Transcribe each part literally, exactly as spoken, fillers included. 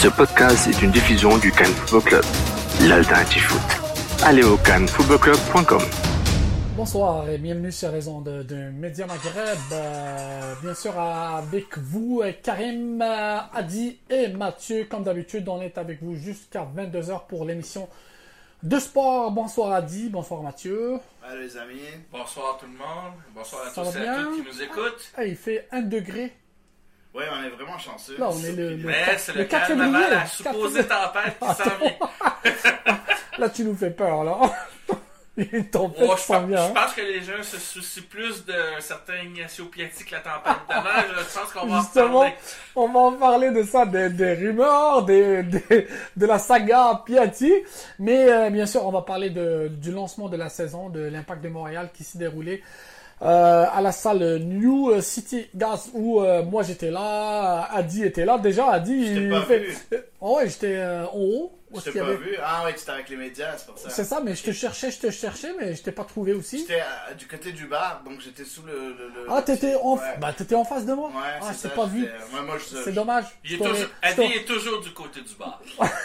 Ce podcast est une diffusion du Cannes Football Club, l'alternative foot. Allez au cannes football club point com. Bonsoir et bienvenue sur Raison de, de Média Maghreb. Euh, bien sûr avec vous, Karim, euh, Adi et Mathieu. Comme d'habitude, on est avec vous jusqu'à vingt-deux heures pour l'émission de sport. Bonsoir Adi, bonsoir Mathieu. Allô les amis. Bonsoir tout le monde. Bonsoir à Ça tous et va à bien? toutes qui nous écoutent. Ah, il fait un degré. Ouais, on est vraiment chanceux. Là, on est le, le, Mais c'est le, quatre carnaval, février. la supposée tempête qui s'en vient. Là, tu nous fais peur, là. Une tempête Oh, qui je, s'en pense, vient. je pense que les gens se soucient plus d'un certain Ignacio Piatti que la tempête de neige. Je pense qu'on va en Justement, parler. on va en parler de ça, des, des rumeurs, des, des, de la saga Piatti. Mais euh, bien sûr, on va parler de, du lancement de la saison de l'Impact de Montréal qui s'est déroulé euh, à la salle New City Gas où euh, moi j'étais là, Adi était là. Déjà, Adi, Je t'ai il pas fait... vu. Oh, ouais, j'étais euh, en haut. Où Je est-ce t'ai qu'il y pas avait- vu. Ah ouais, tu étais avec les médias, c'est pour ça. C'est ça, mais je te cherchais, je te cherchais, mais je t'ai pas trouvé aussi. J'étais euh, du côté du bar, donc j'étais sous le... le, le- Ah, t'étais en, Ouais. bah, t'étais en face de moi. Ouais, ah, c'est c'est ça, pas j'étais- vu. Moi, moi, je... C'est dommage. Il est Je t'aurais- toujours, je Adi t'aurais- est toujours du côté du bar.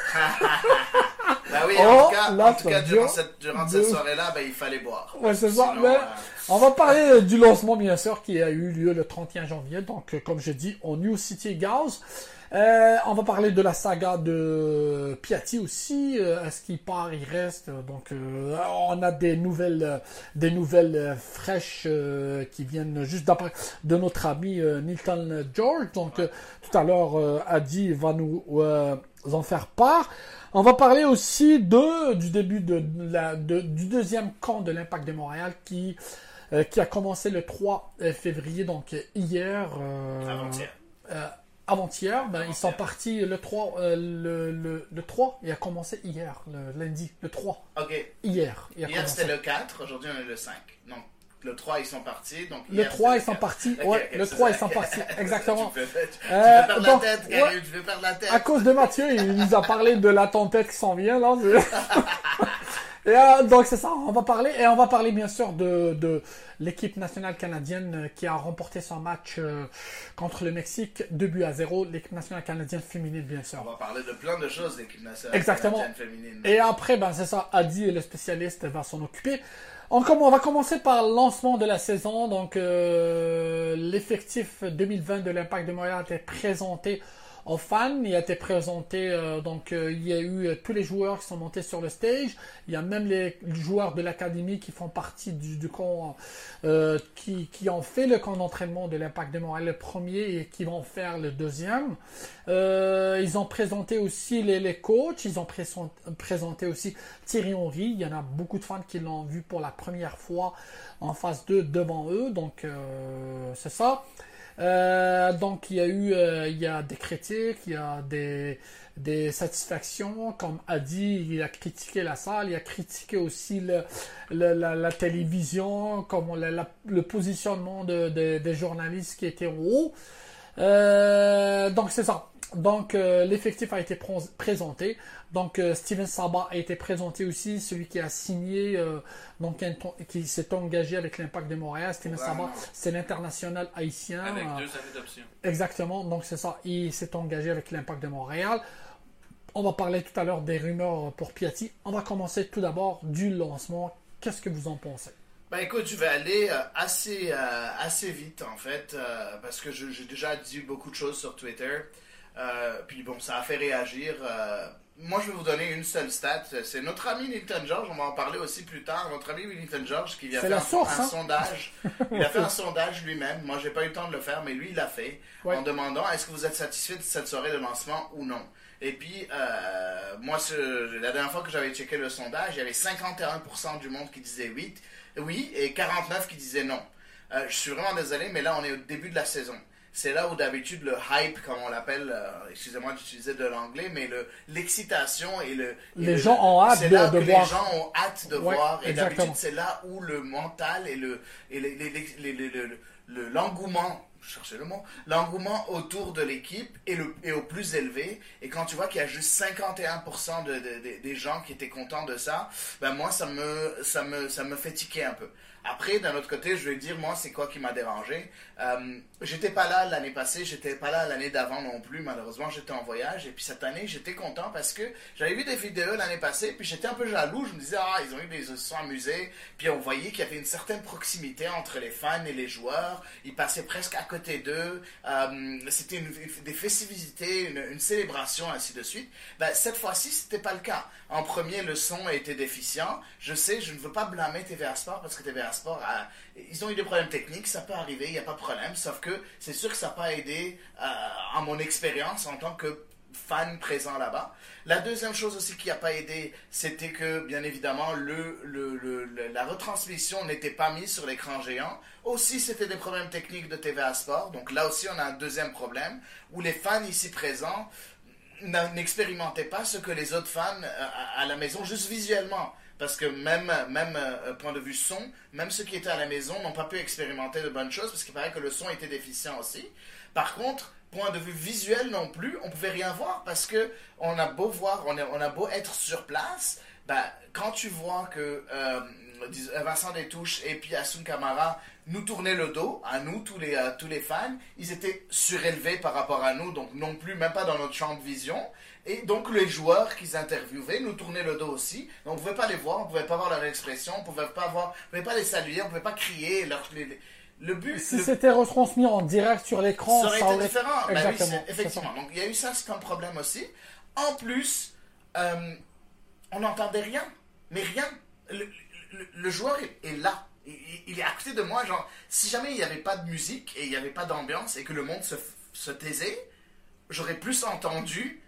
Bah oui, Oh, en tout cas, là, en tout cas t'as durant bien cette, durant de- cette soirée-là, bah, il fallait boire. Ouais, c'est ça. Sinon, Mais euh, on va parler euh, du lancement, bien sûr, qui a eu lieu le trente et un janvier. Donc, euh, comme je dis, au New City Gauze. Euh, on va parler de la saga de Piatti aussi. Euh, Est-ce qu'il part, il reste? Donc, euh, on a des nouvelles, euh, des nouvelles euh, fraîches euh, qui viennent juste d'après de notre ami euh, Nilton George. Donc, euh, tout à l'heure, euh, Adi va nous euh, en faire part. On va parler aussi de du début de, la, de- du deuxième camp de l'Impact de Montréal qui euh, qui a commencé le trois février, donc hier. Euh, Avant-hier. euh, avant-hier, ben, ils sont Avant-hier. partis le trois, euh, le, le, le trois, il a commencé hier, le lundi, le trois, Ok. hier. Il a Hier, commencé. c'était le quatre, aujourd'hui, on est le cinq. Donc, le trois, ils sont partis. Donc, Le hier, trois, c'était ils sont quatre. partis. Ok, Ouais, ok, le c'est trois, ça. ils sont partis. Exactement. tu, peux, tu, tu Euh, veux perdre donc, la tête, ouais. Karim, tu veux perdre la tête. À cause de Mathieu, il nous a parlé de la tempête qui s'en vient, là. Et, euh, donc c'est ça, on va parler, et on va parler bien sûr de, de l'équipe nationale canadienne euh, qui a remporté son match euh, contre le Mexique, deux buts à zéro, l'équipe nationale canadienne féminine bien sûr. On va parler de plein de choses, l'équipe nationale Exactement. canadienne féminine. Et après, ben c'est ça, Adi, le spécialiste, va s'en occuper. On, comme on va commencer par le lancement de la saison. Donc, euh, l'effectif deux mille vingt de l'Impact de Montréal a été présenté aux fans. Il a été présenté, euh, donc euh, il y a eu euh, tous les joueurs qui sont montés sur le stage. Il y a même les joueurs de l'académie qui font partie du, du camp, euh, qui, qui ont fait le camp d'entraînement de l'Impact de Montréal, le premier, et qui vont faire le deuxième. Euh, ils ont présenté aussi les, les coachs. Ils ont présent- présenté aussi Thierry Henry. Il y en a beaucoup de fans qui l'ont vu pour la première fois en phase deux devant eux. Donc, euh, c'est ça. Euh, donc il y a eu euh, il y a des critiques, il y a des, des satisfactions, comme a dit, il a critiqué la salle, il a critiqué aussi le, le- la, la télévision, comme la- la- le positionnement de, de- des journalistes qui étaient en haut. Euh, donc c'est ça. Donc euh, l'effectif a été pr- présenté. Donc euh, Steven Sabah a été présenté aussi, celui qui a signé, euh, donc un ton- qui s'est engagé avec l'Impact de Montréal. Steven Vraiment. Sabah, c'est l'international haïtien. Avec Euh, deux années d'option. Exactement, donc c'est ça. Il s'est engagé avec l'Impact de Montréal. On va parler tout à l'heure des rumeurs pour Piatti. On va commencer tout d'abord du lancement. Qu'est-ce que vous en pensez? Ben écoute, je vais aller euh, assez, euh, assez vite en fait, euh, parce que je- j'ai déjà dit beaucoup de choses sur Twitter. Euh, puis bon, ça a fait réagir. euh, moi, je vais vous donner une seule stat. C'est notre ami Nilton George, on va en parler aussi plus tard. Notre ami Nilton George qui vient C'est faire la un, source, un hein? sondage. Il a fait un sondage lui-même. Moi, j'ai pas eu le temps de le faire, mais lui, il l'a fait. Ouais. En demandant est-ce que vous êtes satisfait de cette soirée de lancement ou non. Et puis, euh, moi, ce- la dernière fois que j'avais checké le sondage, il y avait cinquante et un pour cent du monde qui disait oui, oui et quarante-neuf qui disaient non. Euh, je suis vraiment désolé, mais là, on est au début de la saison. C'est là où d'habitude le hype, comme on l'appelle, euh, excusez-moi d'utiliser de l'anglais, mais le, l'excitation et le... et Les le- gens ont hâte c'est de- là de que voir. les gens ont hâte de Ouais, voir. Et exactement. d'habitude, c'est là où le mental et le et les- les- les- les- les- le- le- l'engouement, je cherchais le mot, l'engouement autour de l'équipe est, le, est au plus élevé. Et quand tu vois qu'il y a juste cinquante et un pour cent de, de- de- des gens qui étaient contents de ça, ben moi, ça me, ça me, ça me fait tiquer un peu. Après, d'un autre côté, je vais dire, moi, c'est quoi qui m'a dérangé. Euh, j'étais pas là l'année passée, j'étais pas là l'année d'avant non plus, malheureusement, j'étais en voyage. Et puis cette année, j'étais content parce que j'avais vu des vidéos l'année passée, puis j'étais un peu jaloux. Je me disais, ah, ils ont eu des, ils se sont amusés. Puis on voyait qu'il y avait une certaine proximité entre les fans et les joueurs. Ils passaient presque à côté d'eux. Euh, c'était une, des festivités, une, une célébration, ainsi de suite. Ben, cette fois-ci, c'était pas le cas. En premier, le son était déficient. Je sais, je ne veux pas blâmer T V A Sport parce que T V A Sport, a, ils ont eu des problèmes techniques, ça peut arriver, il n'y a pas de problème. Sauf que c'est sûr que ça n'a pas aidé euh, à mon expérience en tant que fan présent là-bas. La deuxième chose aussi qui n'a pas aidé, c'était que, bien évidemment, le, le, le, le, la retransmission n'était pas mise sur l'écran géant. Aussi, c'était des problèmes techniques de T V A Sport. Donc là aussi, on a un deuxième problème où les fans ici présents n'expérimentaient pas ce que les autres fans à, à la maison, juste visuellement. Parce que même, même euh, point de vue son, même ceux qui étaient à la maison n'ont pas pu expérimenter de bonnes choses parce qu'il paraît que le son était déficient aussi. Par contre, point de vue visuel non plus, on pouvait rien voir parce que on a beau voir, on a, on a beau être sur place, ben, quand tu vois que euh, Vincent Détouche et puis Asun Kamara nous tournaient le dos, à nous, tous les, euh, tous les fans, ils étaient surélevés par rapport à nous, donc non plus, même pas dans notre champ de vision. Et donc les joueurs qu'ils interviewaient nous tournaient le dos aussi. Donc on ne pouvait pas les voir, on ne pouvait pas voir leur expression, on ne pouvait pas voir, on pouvait pas les saluer, on ne pouvait pas crier. Leur, les, les, le but. Si le... c'était retransmis en direct sur l'écran, ça aurait ça été aurait... différent. Exactement. Ben oui, effectivement. Donc il y a eu ça comme problème aussi. En plus, euh, on n'entendait rien, mais rien. Le, le, le joueur est, est là. Il, il est à côté de moi. Genre, si jamais il n'y avait pas de musique et il n'y avait pas d'ambiance et que le monde se, se taisait, j'aurais plus entendu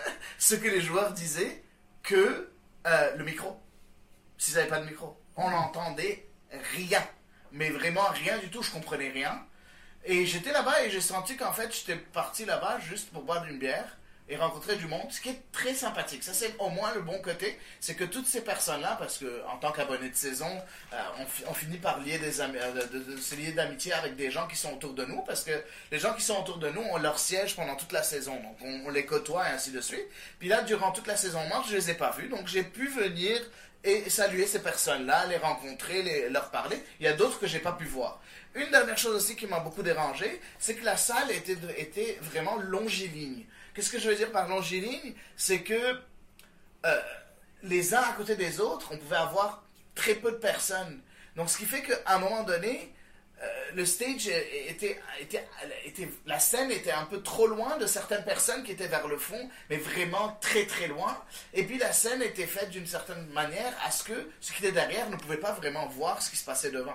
ce que les joueurs disaient que euh, le micro. S'ils n'avaient pas de micro. On n'entendait rien. Mais vraiment rien du tout. Je comprenais rien. Et j'étais là-bas et j'ai senti qu'en fait, j'étais parti là-bas juste pour boire une bière et rencontrer du monde, ce qui est très sympathique. Ça, c'est au moins le bon côté. C'est que toutes ces personnes-là, parce qu'en tant qu'abonné de saison, euh, on, fi- on finit par lier des am- de, de, de se lier d'amitié avec des gens qui sont autour de nous, parce que les gens qui sont autour de nous ont leur siège pendant toute la saison. Donc, on, on les côtoie et ainsi de suite. Puis là, durant toute la saison morte, je les ai pas vus. Donc, j'ai pu venir et saluer ces personnes-là, les rencontrer, les, leur parler. Il y a d'autres que j'ai pas pu voir. Une dernière chose aussi qui m'a beaucoup dérangé, c'est que la salle était, était vraiment longiligne. Qu'est-ce que je veux dire par longiligne? C'est que euh, les uns à côté des autres, on pouvait avoir très peu de personnes. Donc, ce qui fait qu'à un moment donné, euh, le stage était, était, était... La scène était un peu trop loin de certaines personnes qui étaient vers le fond, mais vraiment très très loin. Et puis, la scène était faite d'une certaine manière à ce que ceux qui étaient derrière ne pouvaient pas vraiment voir ce qui se passait devant.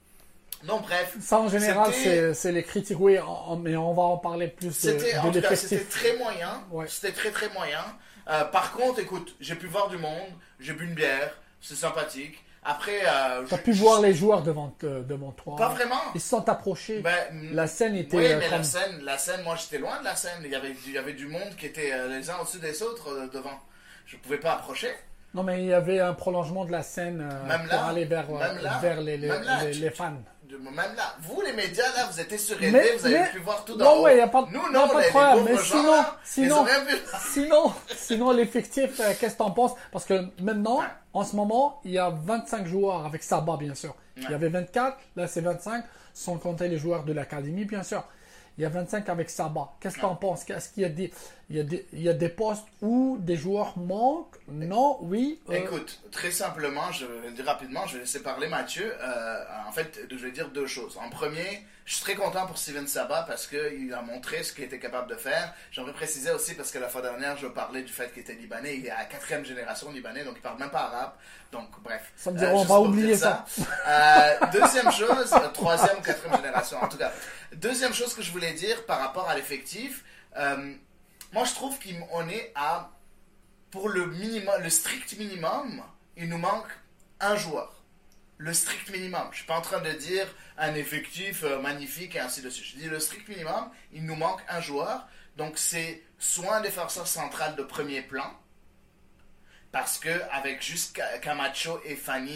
Non, bref. Ça, en général, c'était- c'est, c'est les critiques, oui, en- en- mais on va en parler plus de, C'était, en de tout cas, l'effectif. c'était très moyen. Ouais. C'était très très moyen. Euh, par contre, écoute, j'ai pu voir du monde, j'ai bu une bière, c'est sympathique. Après, euh, Tu as je- pu je- voir les joueurs devant, te- devant toi. Pas vraiment. Ils se sont approchés. Ben, La scène était oui, euh, mais comme... la scène, la scène, moi j'étais loin de la scène. Il y avait, il y avait du monde qui était euh, les uns au-dessus des autres euh, devant. Je pouvais pas approcher. Non, mais il y avait un prolongement de la scène euh, Même pour là, aller vers, euh, même là, vers les, les, même là, les- tu- les fans. De- Même là, vous les médias là, vous étiez surélevés, Mais- vous avez mais- pu voir tout non, d'en haut. ouais, y a pas de- Nous y a non, pas de les, les problème, pauvres mais gens sinon- là, ils sinon- ont rien vu. Sinon, sinon l'effectif, euh, qu'est-ce que t'en penses? Parce que maintenant, Ouais. en ce moment, il y a vingt-cinq joueurs avec Sabah, bien sûr. Il y Ouais. avait vingt-quatre, là c'est vingt-cinq, sans compter les joueurs de l'académie, bien sûr. Il y a vingt-cinq avec Sabah. Qu'est-ce que t'en penses? Est-ce qu'il y a des, il y a des, il y a des postes où des joueurs manquent? Non, oui. euh, Écoute, très simplement, je vais le dire rapidement, je vais laisser parler Mathieu. Euh, en fait, je vais dire deux choses. En premier, je suis très content pour Steven Sabah parce qu'il a montré ce qu'il était capable de faire. J'aimerais préciser aussi parce que la fois dernière, je parlais du fait qu'il était libanais. Il est à la quatrième génération libanais, donc il parle même pas arabe. Donc, bref. Ça veut dire, on juste va pour oublier dire ça. Euh, deuxième chose, euh, troisième ou quatrième génération, en tout cas. Deuxième chose que je voulais dire par rapport à l'effectif, euh, moi je trouve qu'on est à, pour le minimum, le strict minimum, il nous manque un joueur. Le strict minimum. Je suis pas en train de dire un effectif euh, magnifique et ainsi de suite. Je dis le strict minimum, il nous manque un joueur. Donc c'est soit un défenseur central de premier plan, parce que avec juste Ca- Camacho et Fanny,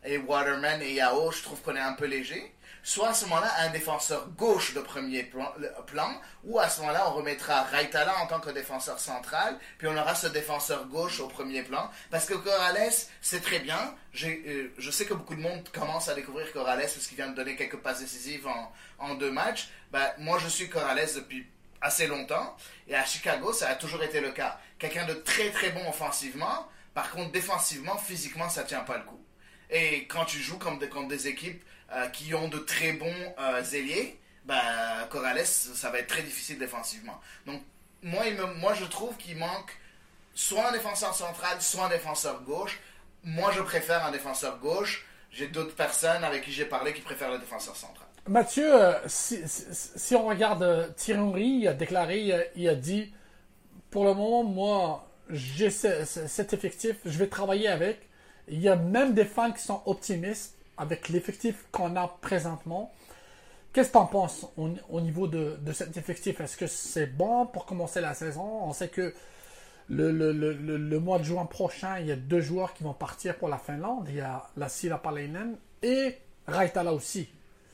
et Waterman et Yao, je trouve qu'on est un peu léger. Soit à ce moment-là, un défenseur gauche de premier plan, plan ou à ce moment-là, on remettra Raitala en tant que défenseur central, puis on aura ce défenseur gauche au premier plan. Parce que Corrales, c'est très bien. J'ai, euh, je sais que beaucoup de monde commence à découvrir Corrales parce qu'il vient de donner quelques passes décisives en, en deux matchs. Ben, moi, je suis Corrales depuis assez longtemps, et à Chicago, ça a toujours été le cas. Quelqu'un de très très bon offensivement, par contre, défensivement, physiquement, ça tient pas le coup. Et quand tu joues comme des, contre des équipes euh, qui ont de très bons euh, ailiers, bah, Corrales, ça va être très difficile défensivement. Donc, moi, il me, moi, je trouve qu'il manque soit un défenseur central, soit un défenseur gauche. Moi, je préfère un défenseur gauche. J'ai d'autres personnes avec qui j'ai parlé qui préfèrent le défenseur central. Mathieu, euh, si, si, si on regarde euh, Thierry Henry, il a déclaré, il a, il a dit, pour le moment, moi, j'ai ce, ce, cet effectif, je vais travailler avec. Il y a même des fans qui sont optimistes avec l'effectif qu'on a présentement. Qu'est-ce que tu en penses au, au niveau de, de cet effectif? Est-ce que c'est bon pour commencer la saison? On sait que le, le, le, le, le mois de juin prochain, il y a deux joueurs qui vont partir pour la Finlande. Il y a Lassila Palainen et Raitala aussi.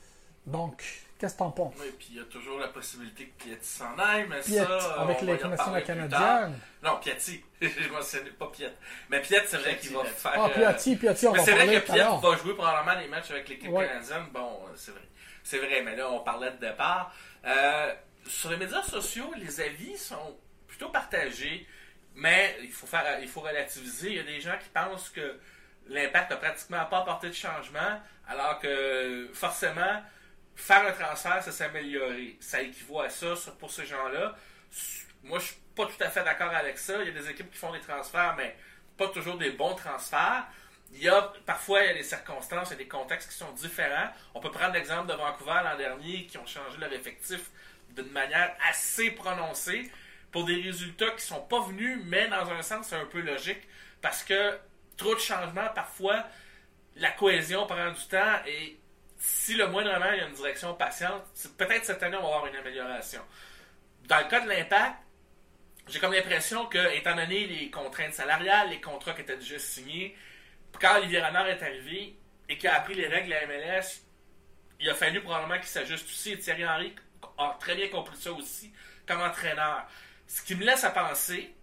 Donc, qu'est-ce que tu en penses? Oui, puis il y a toujours la possibilité que Piatti s'en aille, mais Piet, ça, avec on les va y en nationales parler plus canadiennes. tard. Non, Piatti. Je mentionnais pas Piet. Mais Piet, c'est vrai Piatti, qu'il va ouais. faire... Ah, Piatti, Piatti, on mais va c'est parler vrai que tout à Piet l'heure. va jouer probablement les matchs avec l'équipe Ouais. canadienne. Bon, c'est vrai. C'est vrai, mais là, on parlait de départ. Euh, sur les médias sociaux, les avis sont plutôt partagés, mais il faut, faire, il faut relativiser. Il y a des gens qui pensent que l'Impact n'a pratiquement pas apporté de changement, alors que forcément... Faire un transfert, c'est s'améliorer. Ça équivaut à ça pour ces gens-là. Moi, je suis pas tout à fait d'accord avec ça. Il y a des équipes qui font des transferts, mais pas toujours des bons transferts. Il y a, parfois, il y a des circonstances, il y a des contextes qui sont différents. On peut prendre l'exemple de Vancouver l'an dernier, qui ont changé leur effectif d'une manière assez prononcée pour des résultats qui sont pas venus, mais dans un sens, c'est un peu logique. Parce que trop de changements, parfois, la cohésion prend du temps et si le moindrement il y a une direction patiente, peut-être cette année on va avoir une amélioration. Dans le cas de l'Impact, j'ai comme l'impression que, étant donné les contraintes salariales, les contrats qui étaient déjà signés, quand Olivier Renard est arrivé et qu'il a appris les règles de la M L S, il a fallu probablement qu'il s'ajuste aussi. Et Thierry Henry a très bien compris ça aussi comme entraîneur. Ce qui me laisse à penser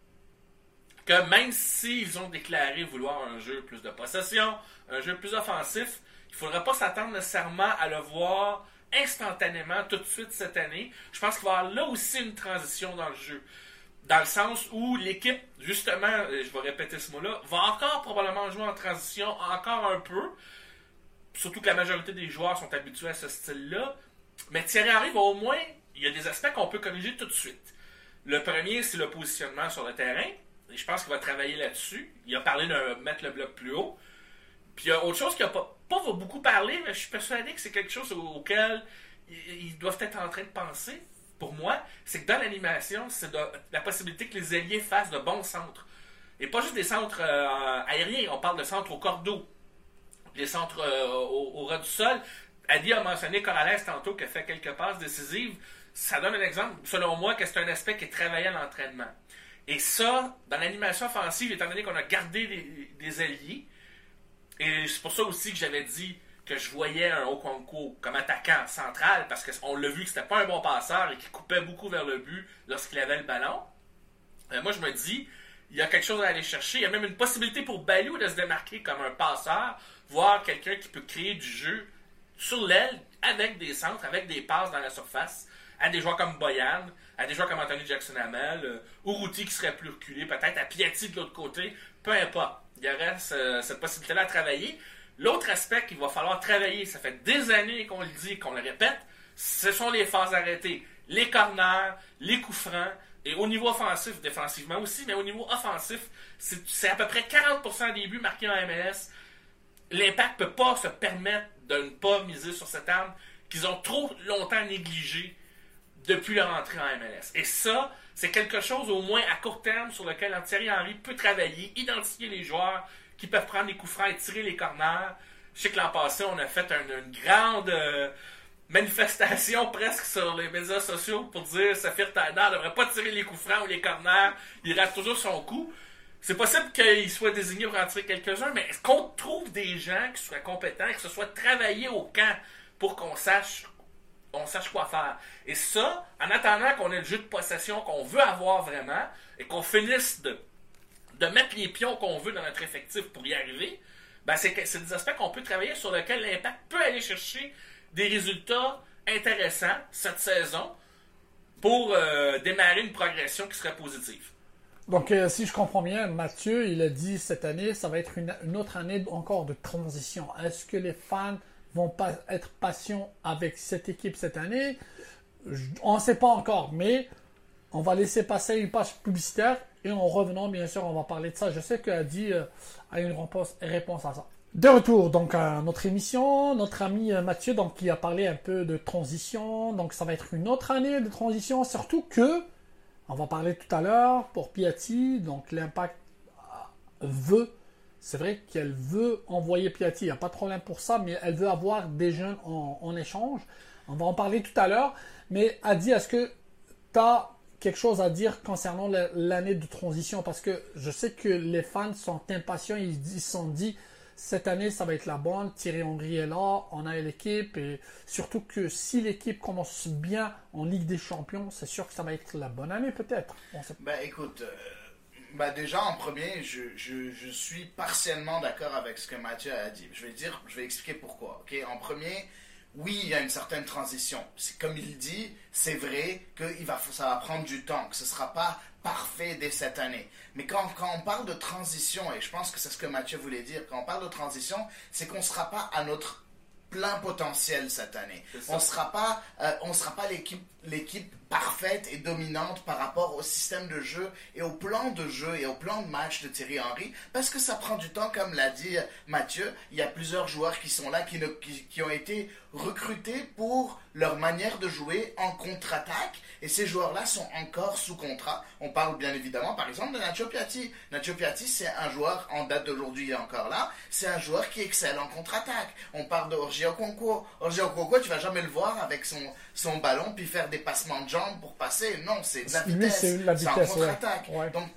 que même s'ils ont déclaré vouloir un jeu plus de possession, un jeu plus offensif, il ne faudra pas s'attendre nécessairement à le voir instantanément tout de suite cette année. Je pense qu'il va y avoir là aussi une transition dans le jeu. Dans le sens où l'équipe, justement, je vais répéter ce mot-là, va encore probablement jouer en transition encore un peu. Surtout que la majorité des joueurs sont habitués à ce style-là. Mais Thierry Henry va au moins... Il y a des aspects qu'on peut corriger tout de suite. Le premier, c'est le positionnement sur le terrain. Et je pense qu'il va travailler là-dessus. Il a parlé de mettre le bloc plus haut. Puis il y a autre chose qu'il n'a pas, pas va beaucoup parler, mais je suis persuadé que c'est quelque chose auquel ils doivent être en train de penser, pour moi, c'est que dans l'animation, c'est de, la possibilité que les ailiers fassent de bons centres. Et pas juste des centres euh, aériens, on parle de centres au cordeau, des centres euh, au, au ras du sol. Adi a mentionné Corrales tantôt qui a fait quelques passes décisives. Ça donne un exemple, selon moi, que c'est un aspect qui est travaillé à l'entraînement. Et ça, dans l'animation offensive, étant donné qu'on a gardé des, des ailiers, et c'est pour ça aussi que j'avais dit que je voyais un Okonkwo comme attaquant central, parce qu'on l'a vu que c'était pas un bon passeur et qu'il coupait beaucoup vers le but lorsqu'il avait le ballon. Euh, moi, je me dis, il y a quelque chose à aller chercher. Il y a même une possibilité pour Balou de se démarquer comme un passeur, voire quelqu'un qui peut créer du jeu sur l'aile, avec des centres, avec des passes dans la surface, à des joueurs comme Boyan, à des joueurs comme Anthony Jackson-Hamel, euh, Urruti qui serait plus reculé, peut-être à Piatti de l'autre côté, peu importe. Il y aurait ce, cette possibilité-là à travailler. L'autre aspect qu'il va falloir travailler, ça fait des années qu'on le dit, qu'on le répète, ce sont les phases arrêtées. Les corners, les coups francs, et au niveau offensif, défensivement aussi, mais au niveau offensif, c'est, c'est à peu près quarante pour cent des buts marqués en M L S. L'Impact ne peut pas se permettre de ne pas miser sur cette arme qu'ils ont trop longtemps négligée depuis leur entrée en M L S. Et ça, c'est quelque chose au moins à court terme sur lequel Thierry Henry peut travailler, identifier les joueurs qui peuvent prendre les coups francs et tirer les corners. Je sais que l'an passé, on a fait une, une grande euh, manifestation presque sur les médias sociaux pour dire que Safir Taider ne devrait pas tirer les coups francs ou les corners, il rate toujours son coup. C'est possible qu'il soit désigné pour en tirer quelques-uns, mais est-ce qu'on trouve des gens qui soient compétents, que ce soit travaillé au camp pour qu'on sache, on sache quoi faire. Et ça, en attendant qu'on ait le jeu de possession qu'on veut avoir vraiment et qu'on finisse de, de mettre les pions qu'on veut dans notre effectif pour y arriver, ben c'est, c'est des aspects qu'on peut travailler sur lesquels l'Impact peut aller chercher des résultats intéressants cette saison pour euh, démarrer une progression qui serait positive. Donc, euh, si je comprends bien, Mathieu, il a dit cette année, ça va être une, une autre année encore de transition. Est-ce que les fans vont pas être patients avec cette équipe cette année? Je, on ne sait pas encore, mais on va laisser passer une page publicitaire et en revenant, bien sûr, on va parler de ça. Je sais qu'Adi euh, a une réponse, réponse à ça. De retour donc à notre émission, notre ami Mathieu donc, qui a parlé un peu de transition. Donc, ça va être une autre année de transition, surtout que on va parler tout à l'heure pour Piatti. Donc, l'Impact veut, c'est vrai qu'elle veut envoyer Piatti. Il n'y a pas de problème pour ça, mais elle veut avoir des jeunes en, en échange. On va en parler tout à l'heure. Mais Adi, est-ce que tu as quelque chose à dire concernant la, l'année de transition? Parce que je sais que les fans sont impatients. Ils se sont dit, cette année, ça va être la bonne. Thierry Henry est là, on a l'équipe. Et surtout que si l'équipe commence bien en Ligue des Champions, c'est sûr que ça va être la bonne année peut-être. On sait pas. Ben écoute, euh, ben déjà en premier, je, je, je suis partiellement d'accord avec ce que Mathieu a dit. Je vais dire, je vais expliquer pourquoi. Ok, en premier, oui, il y a une certaine transition. C'est, comme il dit, c'est vrai que il va, ça va prendre du temps, que ce ne sera pas parfait dès cette année. Mais quand, quand on parle de transition, et je pense que c'est ce que Mathieu voulait dire, quand on parle de transition, c'est qu'on ne sera pas à notre plein potentiel cette année. On ne sera pas, euh, on sera pas l'équipe, l'équipe parfaite et dominante par rapport au système de jeu et au plan de jeu et au plan de match de Thierry Henry, parce que ça prend du temps, comme l'a dit Mathieu. Il y a plusieurs joueurs qui sont là, qui, ne, qui, qui ont été recrutés pour leur manière de jouer en contre-attaque, et ces joueurs-là sont encore sous contrat. On parle bien évidemment, par exemple, de Nacho Piatti. Nacho Piatti, c'est un joueur, en date d'aujourd'hui, il est encore là, c'est un joueur qui excelle en contre-attaque. On parle de Orji Okonkwo. Orji Okonkwo, tu vas jamais le voir avec son, son ballon, puis faire des passements de jambes pour passer. Non, c'est de la vitesse. Lui, c'est, la vitesse, c'est en contre-attaque. Ouais. Ouais. Donc,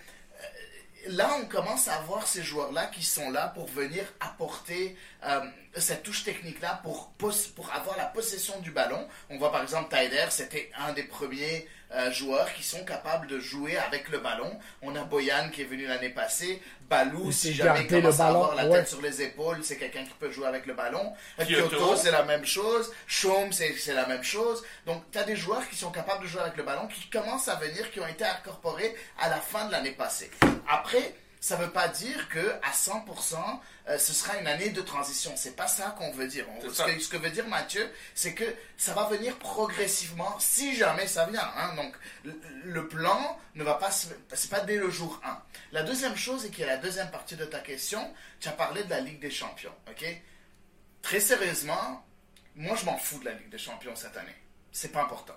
euh, là, on commence à voir ces joueurs-là qui sont là pour venir apporter euh, cette touche technique-là pour, pour avoir la possession du ballon. On voit par exemple Taider, c'était un des premiers euh, joueurs qui sont capables de jouer avec le ballon. On a Boyan qui est venu l'année passée. Balou, si jamais il commence à avoir la tête ouais. sur les épaules, c'est quelqu'un qui peut jouer avec le ballon. Kyoto, Kyoto c'est la même chose. Chaume, c'est, c'est la même chose. Donc, tu as des joueurs qui sont capables de jouer avec le ballon, qui commencent à venir, qui ont été incorporés à la fin de l'année passée. Après, ça ne veut pas dire qu'à cent pour cent, euh, ce sera une année de transition. C'est pas ça qu'on veut dire. On, ce, que, ce que veut dire Mathieu, c'est que ça va venir progressivement, si jamais ça vient. Hein. Donc, le, le plan ne va pas... C'est pas dès le jour un. La deuxième chose, et qui est la deuxième partie de ta question, tu as parlé de la Ligue des Champions. Okay? Très sérieusement, moi, je m'en fous de la Ligue des Champions cette année. C'est pas important.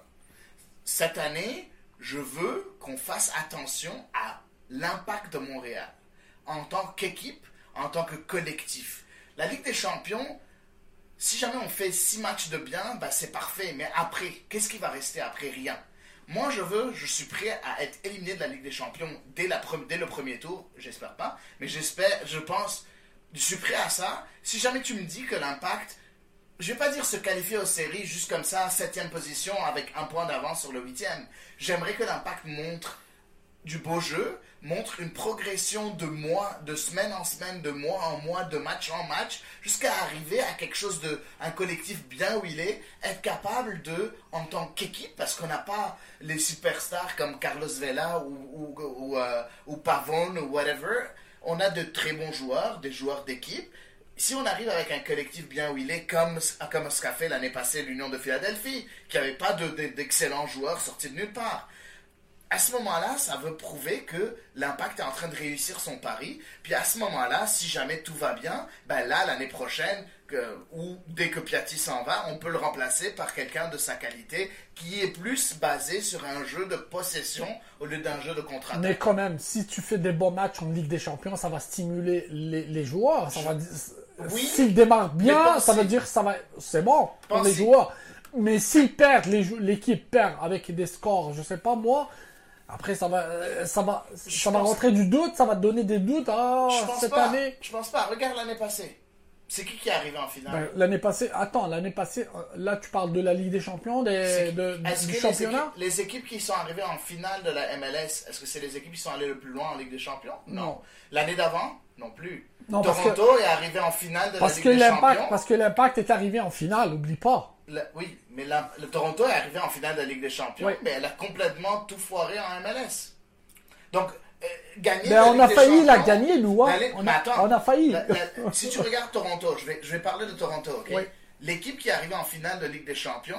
Cette année, je veux qu'on fasse attention à l'Impact de Montréal en tant qu'équipe, en tant que collectif. La Ligue des Champions, si jamais on fait six matchs de bien, ben c'est parfait. Mais après, qu'est-ce qui va rester après? Rien. Moi, je veux, je suis prêt à être éliminé de la Ligue des Champions dès, la, dès le premier tour. J'espère pas, mais j'espère, je pense, je suis prêt à ça. Si jamais tu me dis que l'Impact, je vais pas dire se qualifier aux séries juste comme ça, septième position avec un point d'avance sur le huitième. J'aimerais que l'Impact montre du beau jeu, montre une progression de mois, de semaine en semaine, de mois en mois, de match en match, jusqu'à arriver à quelque chose de, un collectif bien où il est, être capable de, en tant qu'équipe, parce qu'on n'a pas les superstars comme Carlos Vela ou, ou, ou, euh, ou Pavone ou whatever, on a de très bons joueurs, des joueurs d'équipe. Si on arrive avec un collectif bien où il est, comme, comme ce qu'a fait l'année passée l'Union de Philadelphie, qui n'avait pas de, de, d'excellents joueurs sortis de nulle part, à ce moment-là, ça veut prouver que l'Impact est en train de réussir son pari. Puis à ce moment-là, si jamais tout va bien, ben là, l'année prochaine, que, ou dès que Piatti s'en va, on peut le remplacer par quelqu'un de sa qualité qui est plus basé sur un jeu de possession au lieu d'un jeu de contre-attaque. Mais quand même, si tu fais des bons matchs en Ligue des Champions, ça va stimuler les, les joueurs. Ça va, oui, s'ils démarrent bien, ça veut dire que ça va, c'est bon pour les joueurs. Mais s'ils perdent, les, l'équipe perd avec des scores, je sais pas moi, Après, ça va, ça va, Je ça va pense- rentrer du doute, ça va te donner des doutes. Ah, Je pense cette pas. année. Je pense pas. Regarde l'année passée. C'est qui qui est arrivé en finale? Ben, l'année passée, attends, l'année passée, euh, là, tu parles de la Ligue des Champions, des, C'est- de, Est-ce du que les championnat? équipes, les équipes qui sont arrivées en finale de la M L S, est-ce que c'est les équipes qui sont allées le plus loin en Ligue des Champions? Non. L'année d'avant? Non plus. Non, parce Toronto est arrivé en finale de la Parce Ligue que des l'impact, Champions. parce que l'impact est arrivé en finale, oublie pas. Le- oui, mais la- le Toronto est arrivé en finale de la Ligue des Champions, Oui. mais elle a complètement tout foiré en M L S. Donc, euh, gagner Mais la on Ligue a des failli la Champions, gagner, nous, hein. d'aller- On mais a, attends, on a failli. la- la- si tu regardes Toronto, je vais, je vais parler de Toronto, ok? Oui. L'équipe qui est arrivée en finale de Ligue des Champions,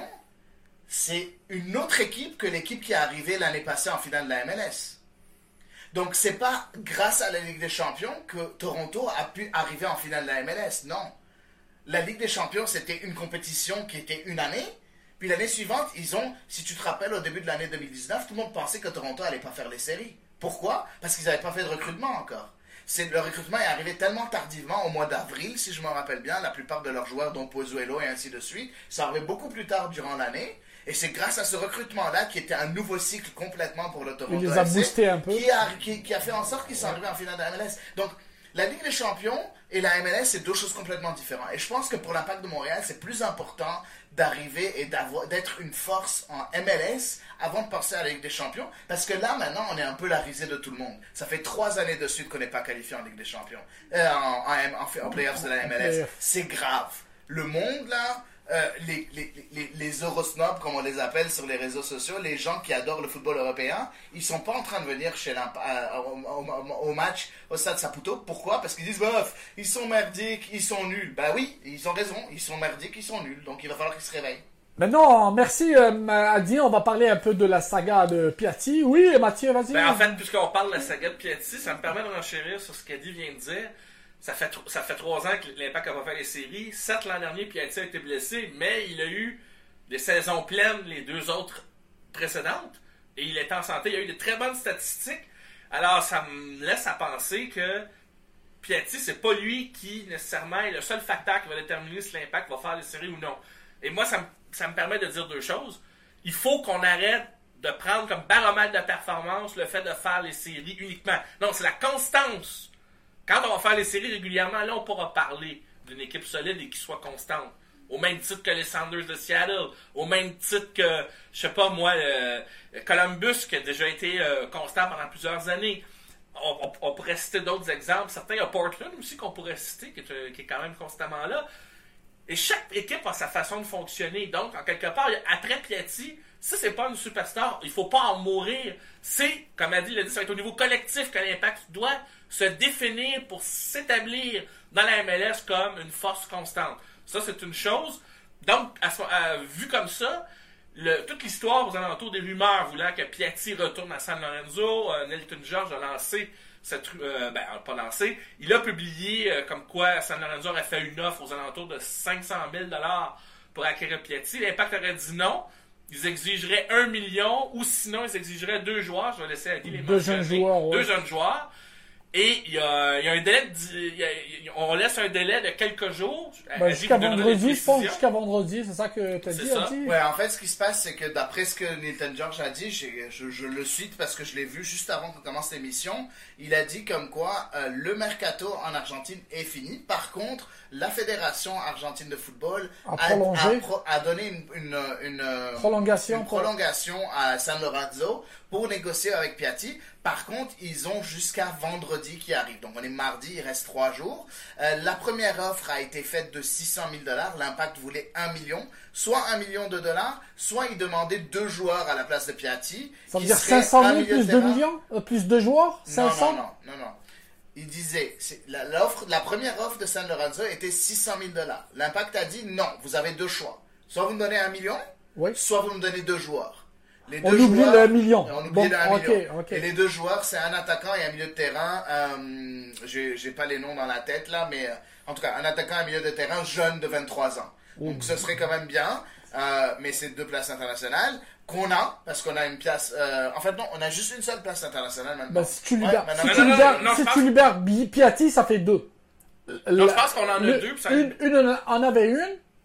c'est une autre équipe que l'équipe qui est arrivée l'année passée en finale de la M L S. Donc, c'est pas grâce à la Ligue des Champions que Toronto a pu arriver en finale de la M L S, non. La Ligue des Champions, c'était une compétition qui était une année. Puis l'année suivante, ils ont, si tu te rappelles, au début de l'année deux mille dix-neuf, tout le monde pensait que Toronto allait pas faire les séries. Pourquoi? Parce qu'ils n'avaient pas fait de recrutement encore. C'est, le recrutement est arrivé tellement tardivement, au mois d'avril, si je me rappelle bien, la plupart de leurs joueurs, dont Pozuelo et ainsi de suite, ça arrivait beaucoup plus tard durant l'année. Et c'est grâce à ce recrutement-là, qui était un nouveau cycle complètement pour le Toronto Il les a F C, boostés un peu. Qui a, qui, qui a fait en sorte qu'ils sont arrivés en finale de la M L S. Donc, la Ligue des Champions et la M L S, c'est deux choses complètement différentes. Et je pense que pour l'Impact de Montréal, c'est plus important d'arriver et d'avoir, d'être une force en M L S avant de passer à la Ligue des Champions. Parce que là, maintenant, on est un peu la risée de tout le monde. Ça fait trois années de suite qu'on n'est pas qualifié en Ligue des Champions. Euh, en, en, en, en playoffs de la M L S. C'est grave. Le monde, là... Euh, les, les, les, les Eurosnobs, comme on les appelle sur les réseaux sociaux, les gens qui adorent le football européen, ils sont pas en train de venir chez l'Imp- euh, au, au, au match au Stade Saputo. Pourquoi? Parce qu'ils disent, bof, ils sont merdiques, ils sont nuls. Ben oui, ils ont raison, ils sont merdiques, ils sont nuls. Donc il va falloir qu'ils se réveillent. Maintenant, merci euh, Adi, on va parler un peu de la saga de Piatti. Oui, Mathieu, vas-y. Ben, en fait, puisqu'on parle de la saga de Piatti, ça me permet de renchérir sur ce qu'Adi vient de dire. Ça fait, ça fait trois ans que l'Impact a pas fait les séries. Certes, l'an dernier, Piatti a été blessé, mais il a eu des saisons pleines les deux autres précédentes. Et il est en santé. Il a eu de très bonnes statistiques. Alors, ça me laisse à penser que Piatti, c'est pas lui qui, nécessairement, est le seul facteur qui va déterminer si l'Impact va faire les séries ou non. Et moi, ça me, ça me permet de dire deux choses. Il faut qu'on arrête de prendre comme baromètre de performance le fait de faire les séries uniquement. Non, c'est la constance. Quand on va faire les séries régulièrement, là, on pourra parler d'une équipe solide et qui soit constante. Au même titre que les Sounders de Seattle. Au même titre que, je sais pas moi, euh, Columbus, qui a déjà été euh, constant pendant plusieurs années. On, on, on pourrait citer d'autres exemples. Certains, il y a Portland aussi qu'on pourrait citer, qui est, euh, qui est quand même constamment là. Et chaque équipe a sa façon de fonctionner. Donc, en quelque part, après Piatti, si c'est pas une superstar, il faut pas en mourir. C'est, comme a dit, il a dit, ça va être au niveau collectif que l'Impact doit se définir pour s'établir dans la M L S comme une force constante. Ça, c'est une chose. Donc, à, à, vu comme ça, le, toute l'histoire aux alentours des rumeurs voulant que Piatti retourne à San Lorenzo, euh, Nelton George a lancé cette, euh, ben, pas lancé, il a publié euh, comme quoi San Lorenzo aurait fait une offre aux alentours de cinq cent mille dollars pour acquérir Piatti. L'Impact aurait dit non. Ils exigeraient un million ou sinon ils exigeraient deux joueurs. Je vais laisser Adi les Deux jeunes joueurs. Ouais. Deux jeunes joueurs. Et il y a, il y a un délai de, il y a, on laisse un délai de quelques jours. Ben, jusqu'à vendredi, je pense, jusqu'à vendredi, c'est ça que tu as dit, Adi? Ouais, en fait, ce qui se passe, c'est que d'après ce que Nelton George a dit, je, je, je le cite parce que je l'ai vu juste avant qu'on commence l'émission, il a dit comme quoi euh, le mercato en Argentine est fini. Par contre, la Fédération argentine de football a, a, a, pro, a donné une, une, une, prolongation, une prolongation à San Lorenzo pour négocier avec Piatti. Par contre, ils ont jusqu'à vendredi qui arrive. Donc, on est mardi, il reste trois jours. Euh, la première offre a été faite de six cent mille dollars. L'Impact voulait un million. Soit un million de dollars, soit il demandait deux joueurs à la place de Piatti. Ça veut dire cinq cent mille plus deux millions euh, plus deux joueurs cinq cents Non, non, non, non, non. Il disait, la, l'offre, la première offre de San Lorenzo était six cent mille dollars. L'Impact a dit non, vous avez deux choix. Soit vous me donnez un million, oui. soit vous me donnez deux joueurs. Les on deux oublie joueurs, le million. On oublie bon, le okay, million. Okay. Et les deux joueurs, c'est un attaquant et un milieu de terrain. Euh, j'ai, j'ai pas les noms dans la tête là, mais euh, en tout cas, un attaquant et un milieu de terrain jeune de vingt-trois ans. Mmh. Donc ce serait quand même bien. Euh, mais c'est deux places internationales qu'on a, parce qu'on a une place... Euh, en fait, non, on a juste une seule place internationale maintenant. Ben, si tu libères, ouais, si non, tu non, libères, non, non, si pense... tu libères Piatti, ça fait deux. Non, je pense qu'on en a le, deux. Puis ça... une, une en avait une,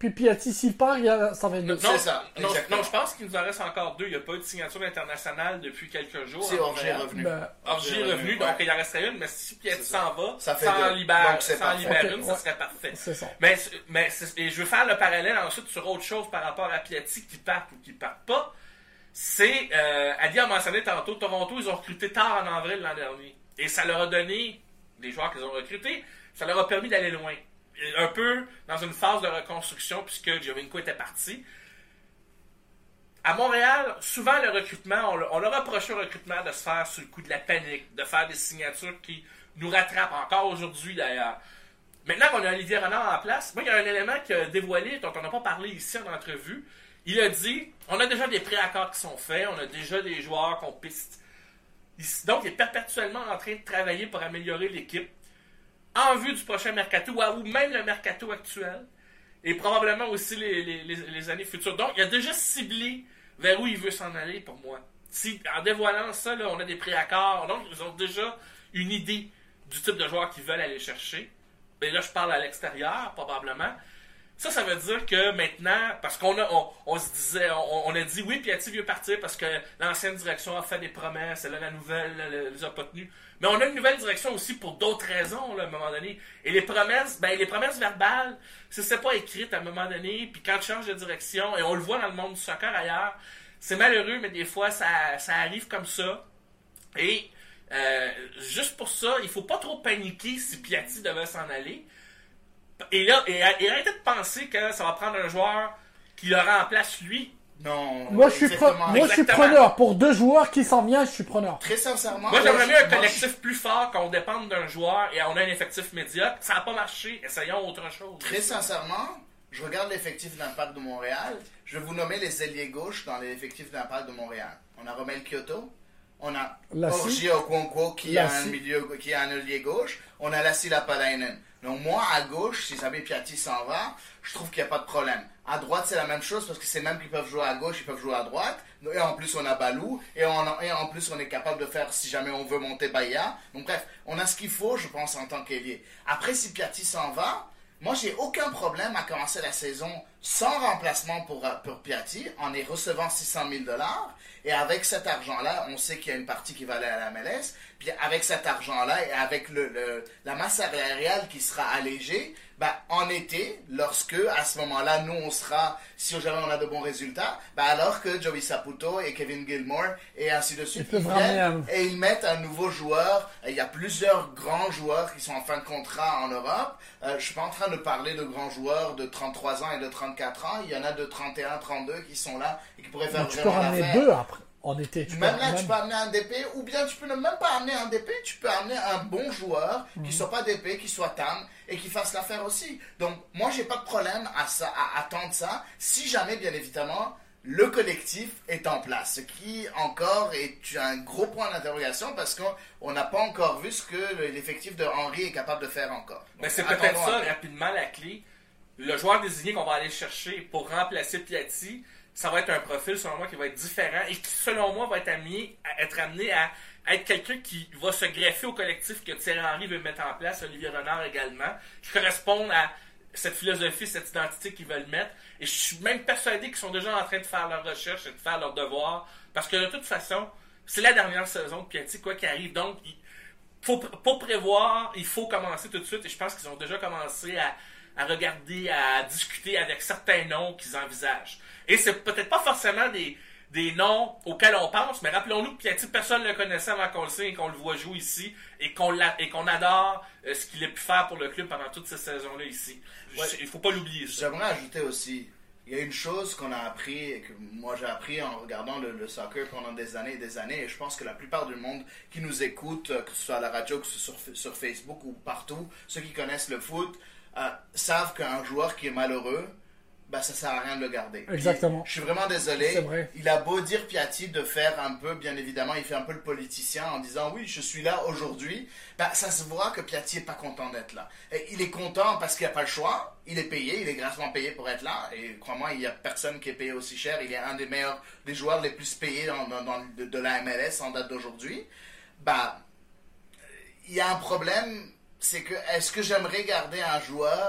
puis Piatti, s'il part, il y a, ça va être deux. Non, C'est ça, non, exactement. non, je pense qu'il nous en reste encore deux. Il n'y a pas eu de signature internationale depuis quelques jours. C'est à Orgy Montréal. revenu. Ben, Orgy est revenu, ouais. donc il en resterait une, mais si Piatti C'est ça. s'en va, Ça fait sans en deux. libérer, Donc, c'est sans en parfait. libérer Ok, une, ouais. ça serait parfait. c'est ça. Mais, mais c'est- et je veux faire le parallèle ensuite sur autre chose par rapport à Piatti qui part ou qui part pas. C'est, euh, Adi a mentionné tantôt, Toronto, ils ont recruté tard en avril l'an dernier. Et ça leur a donné, les joueurs qu'ils ont recrutés, ça leur a permis d'aller loin. Et un peu dans une phase de reconstruction, puisque Giovinco était parti. À Montréal, souvent le recrutement, on, le- on leur reproché au recrutement de se faire sur le coup de la panique, de faire des signatures qui nous rattrapent encore aujourd'hui d'ailleurs. Maintenant qu'on a Olivier Renard en place, moi il y a un élément qui a dévoilé, dont on n'a pas parlé ici en entrevue. Il a dit, on a déjà des préaccords qui sont faits, on a déjà des joueurs qu'on piste. Il- Donc il est perpétuellement en train de travailler pour améliorer l'équipe en vue du prochain mercato ou ou même le mercato actuel. Et probablement aussi les, les, les, les années futures. Donc, il a déjà ciblé vers où il veut s'en aller pour moi. Si, en dévoilant ça, là, on a des préaccords. Donc, ils ont déjà une idée du type de joueurs qu'ils veulent aller chercher. Et là, je parle à l'extérieur, probablement. Ça, ça veut dire que maintenant, parce qu'on a, on, on se disait, on, on a dit oui, Piatti veut partir parce que l'ancienne direction a fait des promesses, et là, la nouvelle ne les a pas tenues. Mais on a une nouvelle direction aussi pour d'autres raisons, là, à un moment donné. Et les promesses, ben, les promesses verbales, si c'est pas écrite à un moment donné, puis quand tu changes de direction, et on le voit dans le monde du soccer ailleurs, c'est malheureux, mais des fois, ça, ça arrive comme ça. Et euh, juste pour ça, il faut pas trop paniquer si Piatti devait s'en aller. Et là, et, et arrêtez de penser que ça va prendre un joueur qui le remplace lui. Non. Moi, je suis, pre- exactement. moi, je suis Exactement. preneur. Pour deux joueurs qui s'en viennent, je suis preneur. Très sincèrement. Moi, j'aimerais mieux un moi, je- collectif plus fort qu'on dépende d'un joueur et on a un effectif médiocre. Ça n'a pas marché. Essayons autre chose. Très sincèrement, je regarde l'effectif d'Impact de Montréal. Je vais vous nommer les ailiers gauche dans l'effectif d'Impact de Montréal. On a Romel Kyoto. On a Lassi. Orji Okonkwo qui a un Lassi. milieu, qui a un ailier gauche. On a Lassi Lapalainen. Donc moi, à gauche, si Xavier Piatti s'en va, je trouve qu'il n'y a pas de problème. À droite, c'est la même chose parce que c'est même qu'ils peuvent jouer à gauche, ils peuvent jouer à droite. Et en plus, on a Balou. Et, on, et en plus, on est capable de faire, si jamais on veut monter Bahia. Donc bref, on a ce qu'il faut, je pense, en tant qu'ailier. Après, si Piatti s'en va, moi, j'ai aucun problème à commencer la saison sans remplacement pour, pour Piatti, en y recevant six cent mille dollars. Et avec cet argent-là, on sait qu'il y a une partie qui va aller à la M L S. Puis avec cet argent-là et avec le, le, la masse salariale qui sera allégée, ben, en été, lorsque, à ce moment-là, nous, on sera, si jamais on a de bons résultats, ben, alors que Joey Saputo et Kevin Gilmore et ainsi de suite, Ils peuvent ils ramener viennent un- et ils mettent un nouveau joueur. Il y a plusieurs grands joueurs qui sont en fin de contrat en Europe. Euh, je suis pas en train de parler de grands joueurs de trente-trois ans et de trente-quatre ans. Il y en a de trente et un, trente-deux qui sont là et qui pourraient faire Mais tu peux vraiment ramener l'affaire. deux après. En été, tu peux Même là, même- tu peux amener un D P, ou bien tu peux ne même pas amener un D P, tu peux amener un bon joueur Mhm. qui soit pas D P, qui soit T A M et qui fasse l'affaire aussi. Donc, moi, j'ai pas de problème à ça, à attendre ça, si jamais, bien évidemment, le collectif est en place. Ce qui, encore, est un gros point d'interrogation parce qu'on n'a pas encore vu ce que l'effectif de Henry est capable de faire encore. Mais Donc, c'est peut-être attendons ça, un peu. rapidement, la clé. Le joueur désigné qu'on va aller chercher pour remplacer Piatti, ça va être un profil, selon moi, qui va être différent et qui, selon moi, va être amené à être amené à être quelqu'un qui va se greffer au collectif que Thierry Henry veut mettre en place, Olivier Renard également, qui correspondent à cette philosophie, cette identité qu'ils veulent mettre. Et je suis même persuadé qu'ils sont déjà en train de faire leurs recherches et de faire leurs devoirs. Parce que de toute façon, c'est la dernière saison de Piatti, quoi qu'il arrive. Donc, il faut, pour prévoir, il faut commencer tout de suite. Et je pense qu'ils ont déjà commencé à, à regarder, à discuter avec certains noms qu'ils envisagent. Et c'est peut-être pas forcément des, des noms auxquels on pense, mais rappelons-nous que Piatti, personne ne le connaissait avant qu'on le sait et qu'on le voit jouer ici et qu'on, l'a, et qu'on adore euh, ce qu'il a pu faire pour le club pendant toute cette saison-là ici. Ouais. Il faut pas l'oublier, ça. J'aimerais ajouter aussi, il y a une chose qu'on a appris, et que moi j'ai appris en regardant le, le soccer pendant des années et des années, et je pense que la plupart du monde qui nous écoute, euh, que ce soit à la radio, que ce soit sur, sur Facebook ou partout, ceux qui connaissent le foot, euh, savent qu'un joueur qui est malheureux, ben, ça sert à rien de le garder. Exactement. Puis, je suis vraiment désolé. C'est vrai. Il a beau dire Piatti de faire un peu, bien évidemment, il fait un peu le politicien en disant oui, je suis là aujourd'hui. Ben, ça se voit que Piatti est pas content d'être là. Et il est content parce qu'il n'a pas le choix. Il est payé, il est grassement payé pour être là. Et crois-moi, il y a personne qui est payé aussi cher. Il est un des meilleurs, des joueurs les plus payés dans, dans, dans- de, de la M L S en date d'aujourd'hui. Ben, il y a un problème, c'est que est-ce que j'aimerais garder un joueur